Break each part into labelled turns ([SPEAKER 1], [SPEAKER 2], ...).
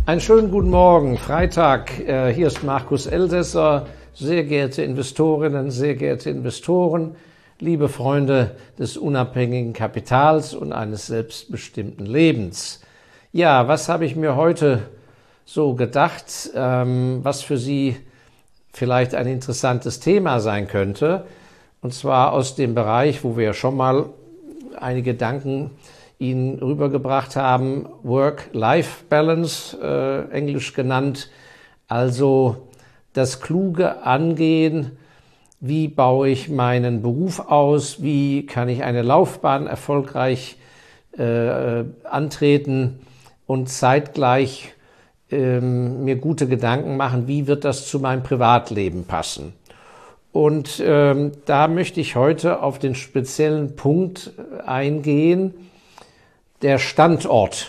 [SPEAKER 1] Einen schönen guten Morgen, Freitag. Hier ist Markus Elsässer. Sehr geehrte Investorinnen, sehr geehrte Investoren, liebe Freunde des unabhängigen Kapitals und eines selbstbestimmten Lebens. Ja, was habe ich mir heute so gedacht, was für Sie vielleicht ein interessantes Thema sein könnte? Und zwar aus dem Bereich, wo wir schon mal einige Gedanken Ihnen rübergebracht haben, Work-Life-Balance, englisch genannt, also das kluge Angehen, wie baue ich meinen Beruf aus, wie kann ich eine Laufbahn erfolgreich antreten und zeitgleich mir gute Gedanken machen, wie wird das zu meinem Privatleben passen. Und da möchte ich heute auf den speziellen Punkt eingehen, der Standort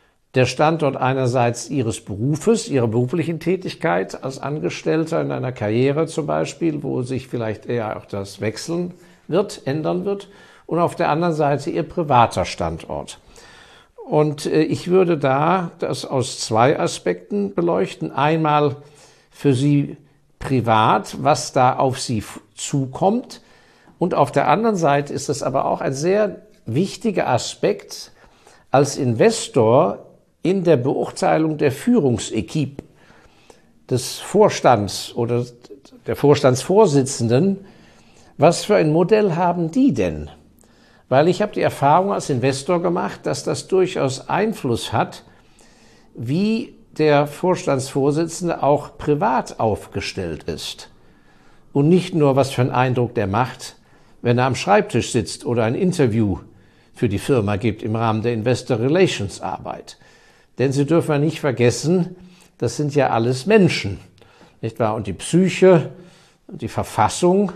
[SPEAKER 1] einerseits Ihres Berufes, Ihrer beruflichen Tätigkeit als Angestellter in einer Karriere zum Beispiel, wo sich vielleicht eher auch das ändern wird, und auf der anderen Seite Ihr privater Standort. Und ich würde da das aus zwei Aspekten beleuchten. Einmal für Sie privat, was da auf Sie zukommt, und auf der anderen Seite ist es aber auch ein sehr wichtiger Aspekt als Investor in der Beurteilung der Führungsequipe des Vorstands oder der Vorstandsvorsitzenden. Was für ein Modell haben die denn? Weil ich habe die Erfahrung als Investor gemacht, dass das durchaus Einfluss hat, wie der Vorstandsvorsitzende auch privat aufgestellt ist. Und nicht nur, was für einen Eindruck der macht, wenn er am Schreibtisch sitzt oder ein Interview für die Firma gibt im Rahmen der Investor Relations Arbeit. Denn Sie dürfen ja nicht vergessen, das sind ja alles Menschen, nicht wahr? Und die Psyche, die Verfassung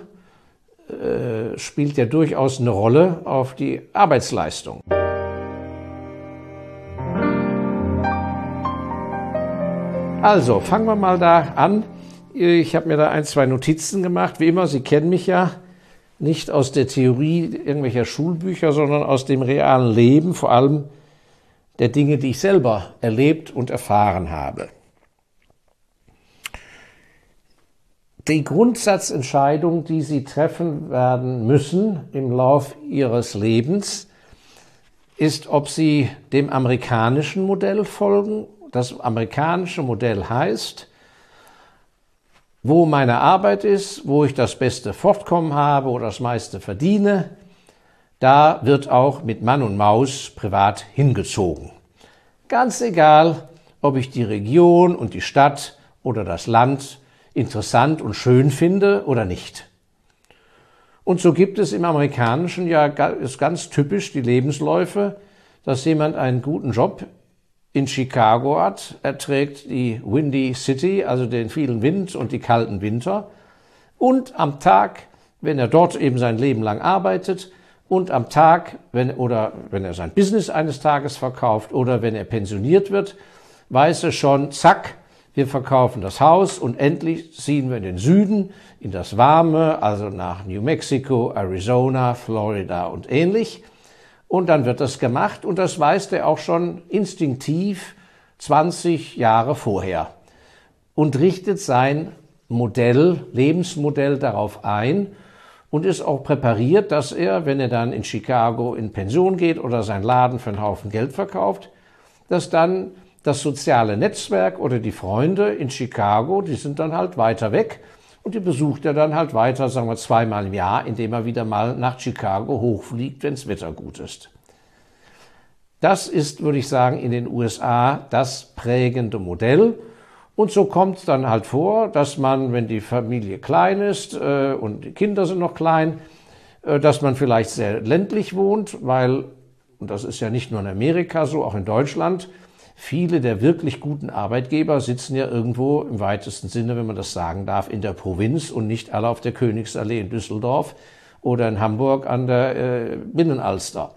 [SPEAKER 1] spielt ja durchaus eine Rolle auf die Arbeitsleistung. Also, fangen wir mal da an. Ich habe mir da ein, zwei Notizen gemacht. Wie immer, Sie kennen mich ja. Nicht aus der Theorie irgendwelcher Schulbücher, sondern aus dem realen Leben, vor allem der Dinge, die ich selber erlebt und erfahren habe. Die Grundsatzentscheidung, die Sie treffen werden müssen im Lauf Ihres Lebens, ist, ob Sie dem amerikanischen Modell folgen. Das amerikanische Modell heißt, wo meine Arbeit ist, wo ich das beste Fortkommen habe oder das meiste verdiene, da wird auch mit Mann und Maus privat hingezogen. Ganz egal, ob ich die Region und die Stadt oder das Land interessant und schön finde oder nicht. Und so gibt es im Amerikanischen ist ganz typisch die Lebensläufe, dass jemand einen guten Job in Chicago hat, er trägt die Windy City, also den vielen Wind und die kalten Winter. Und am Tag, wenn er dort eben sein Leben lang arbeitet, und am Tag, wenn er sein Business eines Tages verkauft oder wenn er pensioniert wird, weiß er schon, zack, wir verkaufen das Haus und endlich ziehen wir in den Süden, in das Warme, also nach New Mexico, Arizona, Florida und ähnlich. Und dann wird das gemacht und das weiß der auch schon instinktiv 20 Jahre vorher und richtet sein Lebensmodell darauf ein und ist auch präpariert, dass er, wenn er dann in Chicago in Pension geht oder seinen Laden für einen Haufen Geld verkauft, dass dann das soziale Netzwerk oder die Freunde in Chicago, die sind dann halt weiter weg und die besucht er dann halt weiter, sagen wir 2-mal im Jahr, indem er wieder mal nach Chicago hochfliegt, wenn das Wetter gut ist. Das ist, würde ich sagen, in den USA das prägende Modell. Und so kommt es dann halt vor, dass man, wenn die Familie klein ist und die Kinder sind noch klein, dass man vielleicht sehr ländlich wohnt, weil, und das ist ja nicht nur in Amerika so, auch in Deutschland, viele der wirklich guten Arbeitgeber sitzen ja irgendwo im weitesten Sinne, wenn man das sagen darf, in der Provinz und nicht alle auf der Königsallee in Düsseldorf oder in Hamburg an der Binnenalster.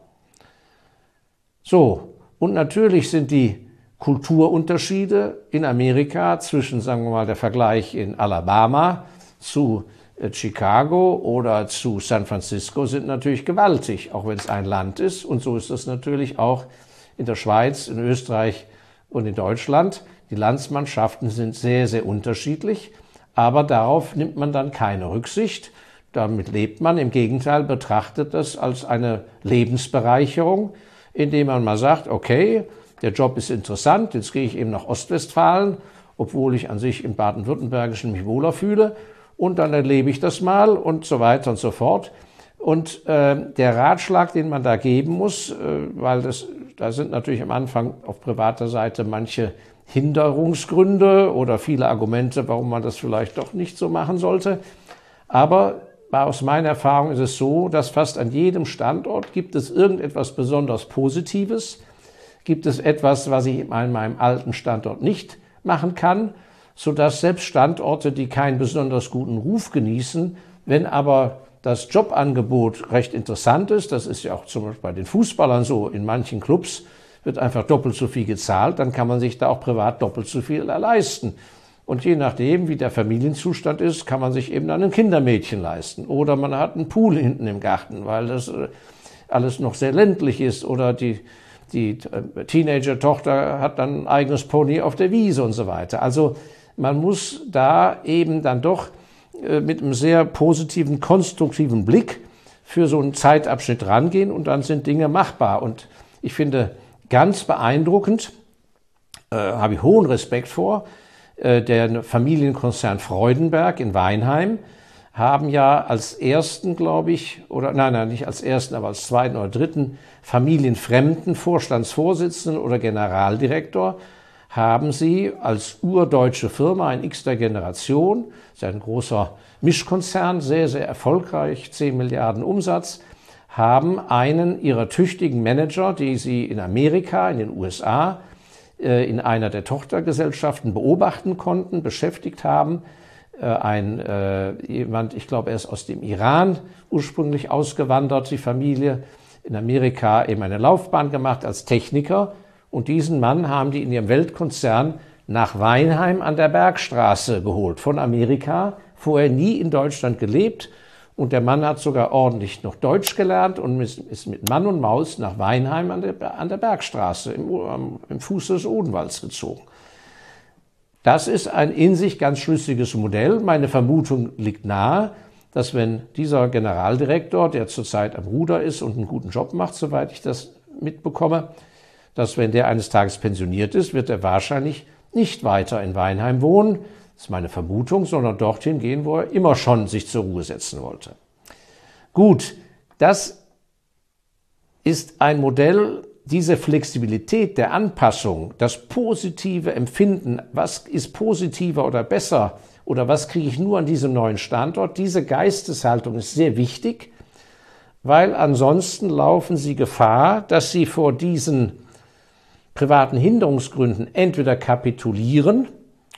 [SPEAKER 1] So, und natürlich sind die Kulturunterschiede in Amerika zwischen, sagen wir mal, der Vergleich in Alabama zu Chicago oder zu San Francisco sind natürlich gewaltig, auch wenn es ein Land ist. Und so ist es natürlich auch in der Schweiz, in Österreich und in Deutschland. Die Landsmannschaften sind sehr, sehr unterschiedlich, aber darauf nimmt man dann keine Rücksicht. Damit lebt man, im Gegenteil, betrachtet das als eine Lebensbereicherung, indem man mal sagt, okay, der Job ist interessant, jetzt gehe ich eben nach Ostwestfalen, obwohl ich an sich im Baden-Württembergischen mich wohler fühle, und dann erlebe ich das mal und so weiter und so fort. Und der Ratschlag, den man da geben muss, weil da sind natürlich am Anfang auf privater Seite manche Hinderungsgründe oder viele Argumente, warum man das vielleicht doch nicht so machen sollte. Aber aus meiner Erfahrung ist es so, dass fast an jedem Standort gibt es irgendetwas besonders Positives, gibt es etwas, was ich an meinem alten Standort nicht machen kann, sodass selbst Standorte, die keinen besonders guten Ruf genießen, wenn aber das Jobangebot recht interessant ist, das ist ja auch zum Beispiel bei den Fußballern so, in manchen Clubs wird einfach doppelt so viel gezahlt, dann kann man sich da auch privat doppelt so viel leisten. Und je nachdem, wie der Familienzustand ist, kann man sich eben dann ein Kindermädchen leisten. Oder man hat einen Pool hinten im Garten, weil das alles noch sehr ländlich ist. Oder die Teenager-Tochter hat dann ein eigenes Pony auf der Wiese und so weiter. Also man muss da eben dann doch mit einem sehr positiven, konstruktiven Blick für so einen Zeitabschnitt rangehen und dann sind Dinge machbar. Und ich finde ganz beeindruckend, habe ich hohen Respekt vor, der Familienkonzern Freudenberg in Weinheim haben ja als ersten, glaube ich, oder nein, nicht als ersten, aber als zweiten oder dritten familienfremden Vorstandsvorsitzenden oder Generaldirektor haben sie als urdeutsche Firma in x-ter Generation, das ist ein großer Mischkonzern, sehr, sehr erfolgreich, 10 Milliarden Umsatz, haben einen ihrer tüchtigen Manager, die sie in Amerika, in den USA, in einer der Tochtergesellschaften beobachten konnten, beschäftigt haben. Jemand, ich glaube, er ist aus dem Iran ursprünglich ausgewandert, die Familie, in Amerika eben eine Laufbahn gemacht als Techniker. Und diesen Mann haben die in ihrem Weltkonzern nach Weinheim an der Bergstraße geholt, von Amerika, vorher nie in Deutschland gelebt. Und der Mann hat sogar ordentlich noch Deutsch gelernt und ist mit Mann und Maus nach Weinheim an der Bergstraße im Fuß des Odenwalds gezogen. Das ist ein in sich ganz schlüssiges Modell. Meine Vermutung liegt nahe, dass wenn dieser Generaldirektor, der zurzeit am Ruder ist und einen guten Job macht, soweit ich das mitbekomme, dass wenn der eines Tages pensioniert ist, wird er wahrscheinlich nicht weiter in Weinheim wohnen, das ist meine Vermutung, sondern dorthin gehen, wo er immer schon sich zur Ruhe setzen wollte. Gut, das ist ein Modell, diese Flexibilität der Anpassung, das positive Empfinden, was ist positiver oder besser oder was kriege ich nur an diesem neuen Standort, diese Geisteshaltung ist sehr wichtig, weil ansonsten laufen Sie Gefahr, dass Sie vor diesen privaten Hinderungsgründen entweder kapitulieren,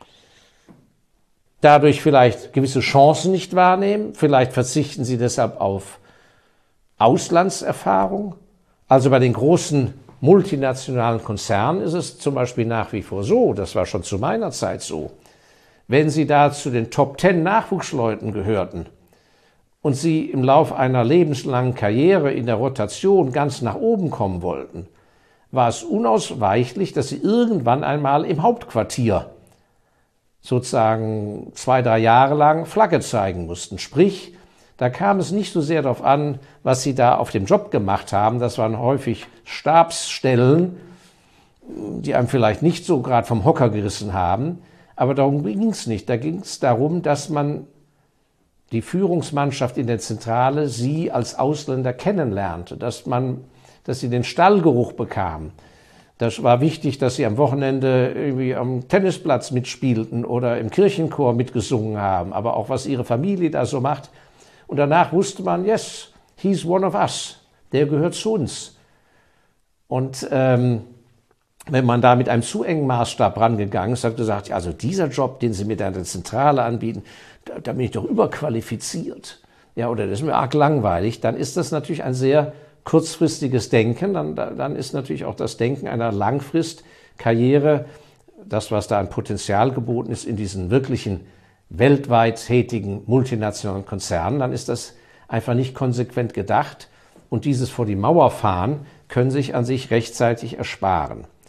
[SPEAKER 1] dadurch vielleicht gewisse Chancen nicht wahrnehmen, vielleicht verzichten Sie deshalb auf Auslandserfahrung. Also bei den großen multinationalen Konzernen ist es zum Beispiel nach wie vor so, das war schon zu meiner Zeit so, wenn Sie da zu den Top 10 Nachwuchsleuten gehörten und Sie im Lauf einer lebenslangen Karriere in der Rotation ganz nach oben kommen wollten, war es unausweichlich, dass Sie irgendwann einmal im Hauptquartier sozusagen 2-3 Jahre lang Flagge zeigen mussten. Sprich, da kam es nicht so sehr darauf an, was Sie da auf dem Job gemacht haben. Das waren häufig Stabsstellen, die einem vielleicht nicht so gerade vom Hocker gerissen haben. Aber darum ging es nicht. Da ging es darum, dass man die Führungsmannschaft in der Zentrale Sie als Ausländer kennenlernte, dass Sie den Stallgeruch bekamen. Das war wichtig, dass Sie am Wochenende irgendwie am Tennisplatz mitspielten oder im Kirchenchor mitgesungen haben, aber auch was Ihre Familie da so macht. Und danach wusste man, yes, he's one of us, der gehört zu uns. Und wenn man da mit einem zu engen Maßstab rangegangen ist, hat gesagt, also dieser Job, den Sie mir da in der Zentrale anbieten, da bin ich doch überqualifiziert. Ja, oder das ist mir arg langweilig, dann ist das natürlich ein sehr kurzfristiges Denken, dann ist natürlich auch das Denken einer Langfristkarriere, das, was da an Potenzial geboten ist in diesen wirklichen weltweit tätigen multinationalen Konzernen, dann ist das einfach nicht konsequent gedacht und dieses vor die Mauer fahren können sich an sich rechtzeitig ersparen.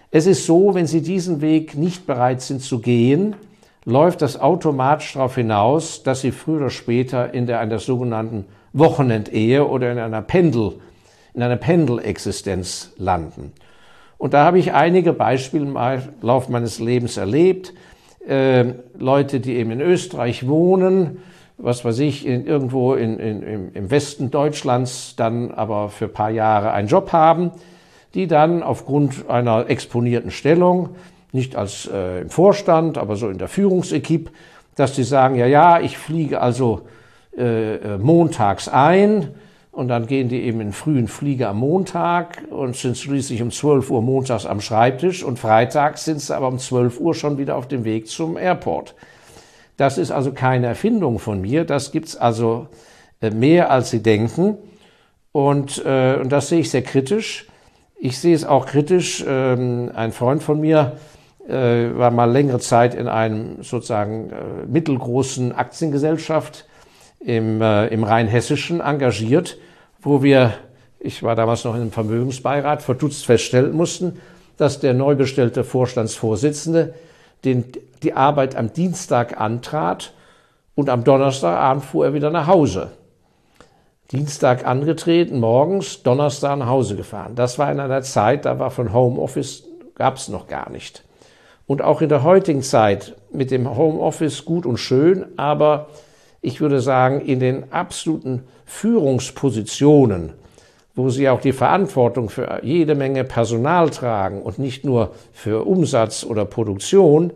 [SPEAKER 1] Es ist so, wenn Sie diesen Weg nicht bereit sind zu gehen, läuft das automatisch darauf hinaus, dass Sie früher oder später in einer sogenannten Wochenendehe oder in einer Pendelexistenz landen. Und da habe ich einige Beispiele im Laufe meines Lebens erlebt. Leute, die eben in Österreich wohnen, was weiß ich, irgendwo im Westen Deutschlands dann aber für ein paar Jahre einen Job haben, die dann aufgrund einer exponierten Stellung, nicht als im Vorstand, aber so in der Führungsequipe, dass die sagen, ja, ich fliege also montags ein und dann gehen die eben in frühen Flieger am Montag und sind schließlich um 12 Uhr montags am Schreibtisch und freitags sind sie aber um 12 Uhr schon wieder auf dem Weg zum Airport. Das ist also keine Erfindung von mir, das gibt's also mehr als Sie denken und das sehe ich sehr kritisch. Ich sehe es auch kritisch, ein Freund von mir war mal längere Zeit in einem sozusagen mittelgroßen Aktiengesellschaft im Rheinhessischen engagiert, wo ich war damals noch in einem Vermögensbeirat, verdutzt feststellen mussten, dass der neu bestellte Vorstandsvorsitzende die Arbeit am Dienstag antrat und am Donnerstagabend fuhr er wieder nach Hause. Dienstag angetreten, morgens, Donnerstag nach Hause gefahren. Das war in einer Zeit, da war von Homeoffice, gab es noch gar nicht. Und auch in der heutigen Zeit mit dem Homeoffice gut und schön, aber ich würde sagen, in den absoluten Führungspositionen, wo Sie auch die Verantwortung für jede Menge Personal tragen und nicht nur für Umsatz oder Produktion,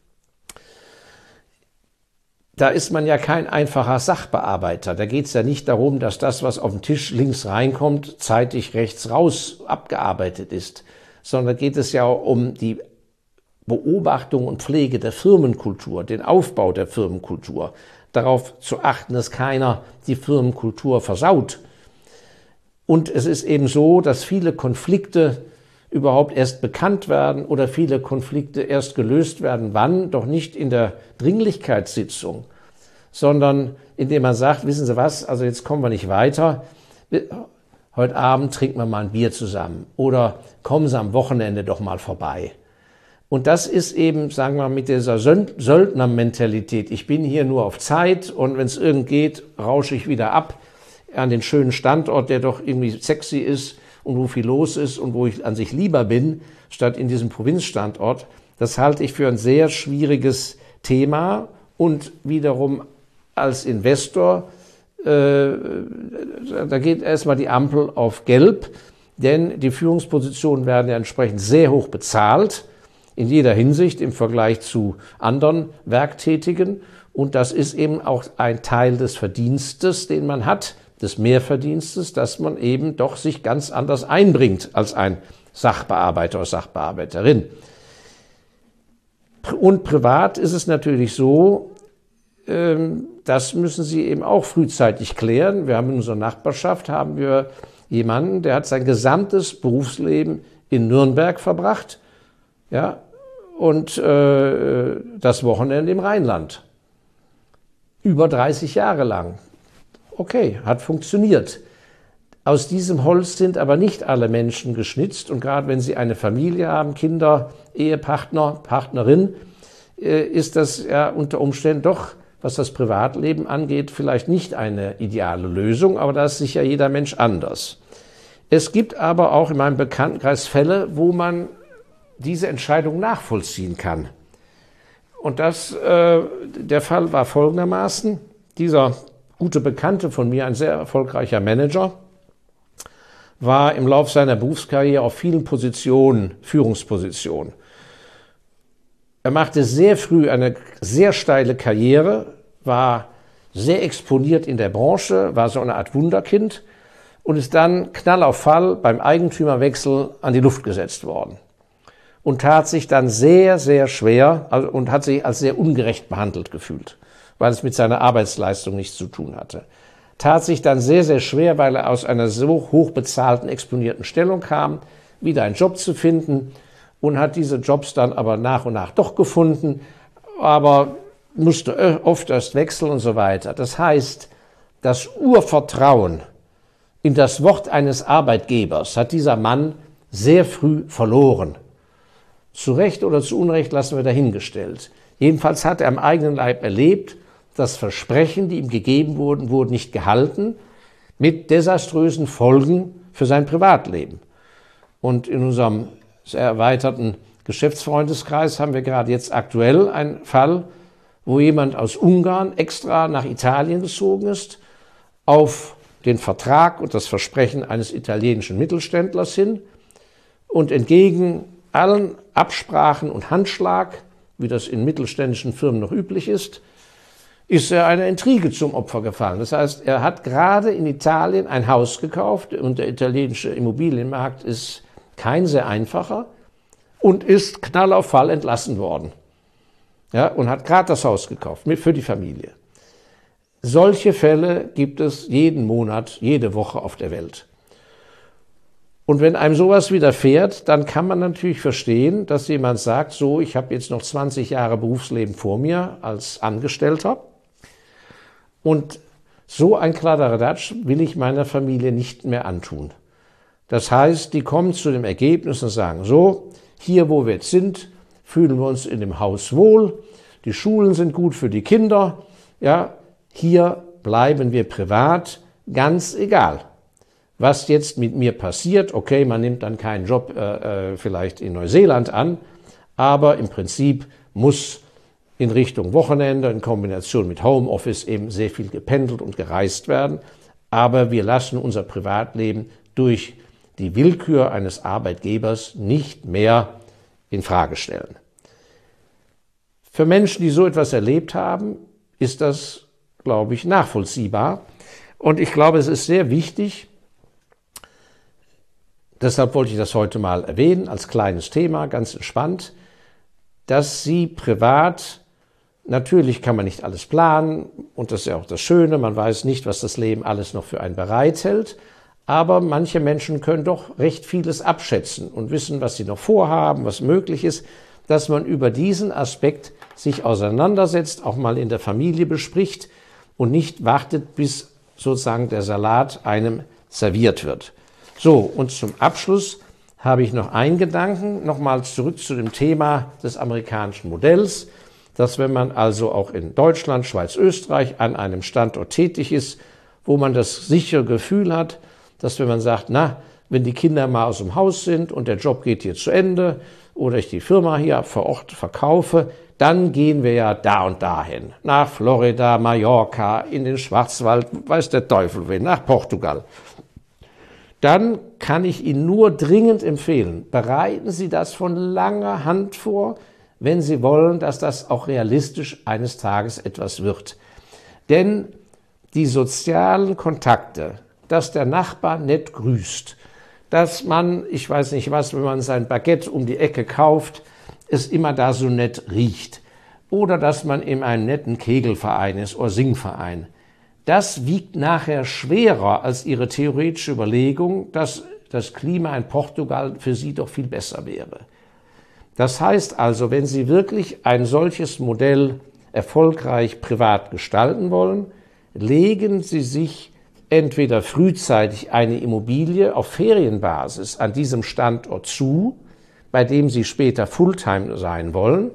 [SPEAKER 1] da ist man ja kein einfacher Sachbearbeiter. Da geht es ja nicht darum, dass das, was auf den Tisch links reinkommt, zeitig rechts raus abgearbeitet ist, sondern geht es ja um die Beobachtung und Pflege der Firmenkultur, den Aufbau der Firmenkultur, darauf zu achten, dass keiner die Firmenkultur versaut. Und es ist eben so, dass viele Konflikte überhaupt erst bekannt werden oder viele Konflikte erst gelöst werden. Wann? Doch nicht in der Dringlichkeitssitzung, sondern indem man sagt, wissen Sie was, also jetzt kommen wir nicht weiter, heute Abend trinken wir mal ein Bier zusammen oder kommen Sie am Wochenende doch mal vorbei. Und das ist eben, sagen wir mal, mit dieser Söldnermentalität. Ich bin hier nur auf Zeit und wenn es irgend geht, rausche ich wieder ab an den schönen Standort, der doch irgendwie sexy ist und wo viel los ist und wo ich an sich lieber bin, statt in diesem Provinzstandort. Das halte ich für ein sehr schwieriges Thema und wiederum als Investor, da geht erstmal die Ampel auf Gelb, denn die Führungspositionen werden ja entsprechend sehr hoch bezahlt, in jeder Hinsicht im Vergleich zu anderen Werktätigen. Und das ist eben auch ein Teil des Verdienstes, den man hat, des Mehrverdienstes, dass man eben doch sich ganz anders einbringt als ein Sachbearbeiter oder Sachbearbeiterin. Und privat ist es natürlich so, das müssen Sie eben auch frühzeitig klären. Wir haben in unserer Nachbarschaft jemanden, der hat sein gesamtes Berufsleben in Nürnberg verbracht, ja, und das Wochenende im Rheinland. Über 30 Jahre lang. Okay, hat funktioniert. Aus diesem Holz sind aber nicht alle Menschen geschnitzt und gerade wenn Sie eine Familie haben, Kinder, Ehepartner, Partnerin, ist das ja unter Umständen doch, was das Privatleben angeht, vielleicht nicht eine ideale Lösung, aber da ist sicher jeder Mensch anders. Es gibt aber auch in meinem Bekanntenkreis Fälle, wo man diese Entscheidung nachvollziehen kann. Und der Fall war folgendermaßen: Dieser gute Bekannte von mir, ein sehr erfolgreicher Manager, war im Laufe seiner Berufskarriere auf vielen Positionen, Führungspositionen. Er machte sehr früh eine sehr steile Karriere, war sehr exponiert in der Branche, war so eine Art Wunderkind und ist dann Knall auf Fall beim Eigentümerwechsel an die Luft gesetzt worden. Und tat sich dann sehr, sehr schwer und hat sich als sehr ungerecht behandelt gefühlt, weil es mit seiner Arbeitsleistung nichts zu tun hatte. Tat sich dann sehr, sehr schwer, weil er aus einer so hoch bezahlten, exponierten Stellung kam, wieder einen Job zu finden und hat diese Jobs dann aber nach und nach doch gefunden, aber musste oft erst wechseln und so weiter. Das heißt, das Urvertrauen in das Wort eines Arbeitgebers hat dieser Mann sehr früh verloren. Zu Recht oder zu Unrecht lassen wir dahingestellt. Jedenfalls hat er am eigenen Leib erlebt, dass Versprechen, die ihm gegeben wurden, wurden nicht gehalten, mit desaströsen Folgen für sein Privatleben. Und in unserem sehr erweiterten Geschäftsfreundeskreis haben wir gerade jetzt aktuell einen Fall, wo jemand aus Ungarn extra nach Italien gezogen ist, auf den Vertrag und das Versprechen eines italienischen Mittelständlers hin und entgegen allen Absprachen und Handschlag, wie das in mittelständischen Firmen noch üblich ist er einer Intrige zum Opfer gefallen. Das heißt, er hat gerade in Italien ein Haus gekauft und der italienische Immobilienmarkt ist kein sehr einfacher und ist knall auf Fall entlassen worden. Ja, und hat gerade das Haus gekauft für die Familie. Solche Fälle gibt es jeden Monat, jede Woche auf der Welt. Und wenn einem sowas widerfährt, dann kann man natürlich verstehen, dass jemand sagt, so, ich habe jetzt noch 20 Jahre Berufsleben vor mir als Angestellter und so ein Kladderadatsch will ich meiner Familie nicht mehr antun. Das heißt, die kommen zu dem Ergebnis und sagen, so, hier wo wir jetzt sind, fühlen wir uns in dem Haus wohl, die Schulen sind gut für die Kinder, ja, hier bleiben wir privat, ganz egal, was jetzt mit mir passiert. Okay, man nimmt dann keinen Job vielleicht in Neuseeland an, aber im Prinzip muss in Richtung Wochenende in Kombination mit Homeoffice eben sehr viel gependelt und gereist werden. Aber wir lassen unser Privatleben durch die Willkür eines Arbeitgebers nicht mehr in Frage stellen. Für Menschen, die so etwas erlebt haben, ist das, glaube ich, nachvollziehbar. Und ich glaube, es ist sehr wichtig, deshalb wollte ich das heute mal erwähnen, als kleines Thema, ganz entspannt, dass Sie privat, natürlich kann man nicht alles planen und das ist ja auch das Schöne, man weiß nicht, was das Leben alles noch für einen bereithält, aber manche Menschen können doch recht vieles abschätzen und wissen, was sie noch vorhaben, was möglich ist, dass man über diesen Aspekt sich auseinandersetzt, auch mal in der Familie bespricht und nicht wartet, bis sozusagen der Salat einem serviert wird. So, und zum Abschluss habe ich noch einen Gedanken, nochmal zurück zu dem Thema des amerikanischen Modells, dass wenn man also auch in Deutschland, Schweiz, Österreich an einem Standort tätig ist, wo man das sichere Gefühl hat, dass wenn man sagt, na, wenn die Kinder mal aus dem Haus sind und der Job geht hier zu Ende oder ich die Firma hier vor Ort verkaufe, dann gehen wir ja da und dahin, nach Florida, Mallorca, in den Schwarzwald, weiß der Teufel wen, nach Portugal. Dann kann ich Ihnen nur dringend empfehlen, bereiten Sie das von langer Hand vor, wenn Sie wollen, dass das auch realistisch eines Tages etwas wird. Denn die sozialen Kontakte, dass der Nachbar nett grüßt, dass man, ich weiß nicht was, wenn man sein Baguette um die Ecke kauft, es immer da so nett riecht. Oder dass man in einem netten Kegelverein ist oder Singverein. Das wiegt nachher schwerer als Ihre theoretische Überlegung, dass das Klima in Portugal für Sie doch viel besser wäre. Das heißt also, wenn Sie wirklich ein solches Modell erfolgreich privat gestalten wollen, legen Sie sich entweder frühzeitig eine Immobilie auf Ferienbasis an diesem Standort zu, bei dem Sie später Fulltime sein wollen,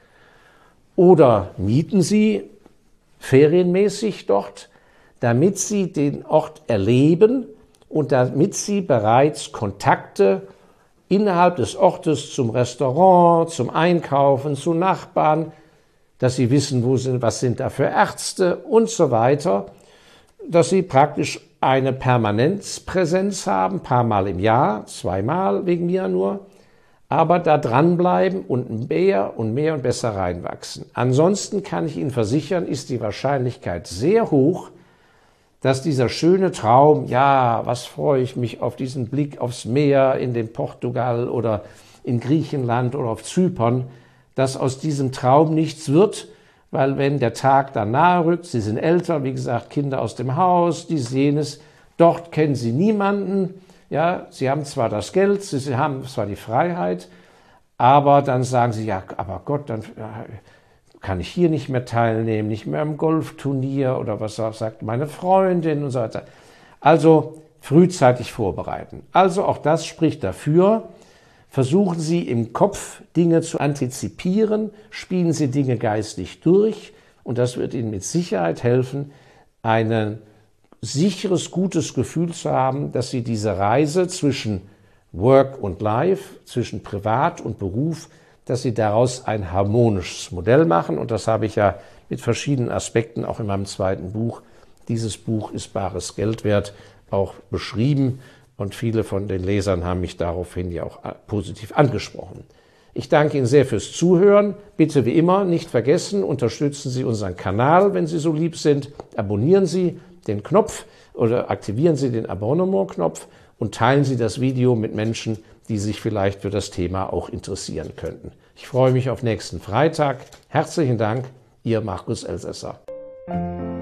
[SPEAKER 1] oder mieten Sie ferienmäßig dort, damit Sie den Ort erleben und damit Sie bereits Kontakte innerhalb des Ortes zum Restaurant, zum Einkaufen, zu Nachbarn, dass Sie wissen, was sind da für Ärzte und so weiter, dass Sie praktisch eine Permanenzpräsenz haben, ein paar Mal im Jahr, 2-mal wegen mir nur, aber da dranbleiben und mehr und besser reinwachsen. Ansonsten kann ich Ihnen versichern, ist die Wahrscheinlichkeit sehr hoch, dass dieser schöne Traum, ja, was freue ich mich auf diesen Blick aufs Meer in den Portugal oder in Griechenland oder auf Zypern, dass aus diesem Traum nichts wird, weil wenn der Tag dann nahe rückt, Sie sind älter, wie gesagt, Kinder aus dem Haus, die sehen es, dort kennen Sie niemanden, ja, Sie haben zwar das Geld, Sie haben zwar die Freiheit, aber dann sagen Sie, ja, aber Gott, dann kann ich hier nicht mehr teilnehmen, nicht mehr am Golfturnier oder was sagt meine Freundin und so weiter. Also frühzeitig vorbereiten. Also auch das spricht dafür, Versuchen Sie im Kopf Dinge zu antizipieren, spielen Sie Dinge geistig durch und das wird Ihnen mit Sicherheit helfen, ein sicheres, gutes Gefühl zu haben, dass Sie diese Reise zwischen Work und Life, zwischen Privat und Beruf, dass Sie daraus ein harmonisches Modell machen und das habe ich ja mit verschiedenen Aspekten auch in meinem zweiten Buch, dieses Buch ist bares Geld wert, auch beschrieben. Und viele von den Lesern haben mich daraufhin ja auch positiv angesprochen. Ich danke Ihnen sehr fürs Zuhören. Bitte wie immer nicht vergessen, unterstützen Sie unseren Kanal, wenn Sie so lieb sind. Abonnieren Sie den Knopf oder aktivieren Sie den Abonnement-Knopf und teilen Sie das Video mit Menschen, die sich vielleicht für das Thema auch interessieren könnten. Ich freue mich auf nächsten Freitag. Herzlichen Dank, Ihr Markus Elsässer.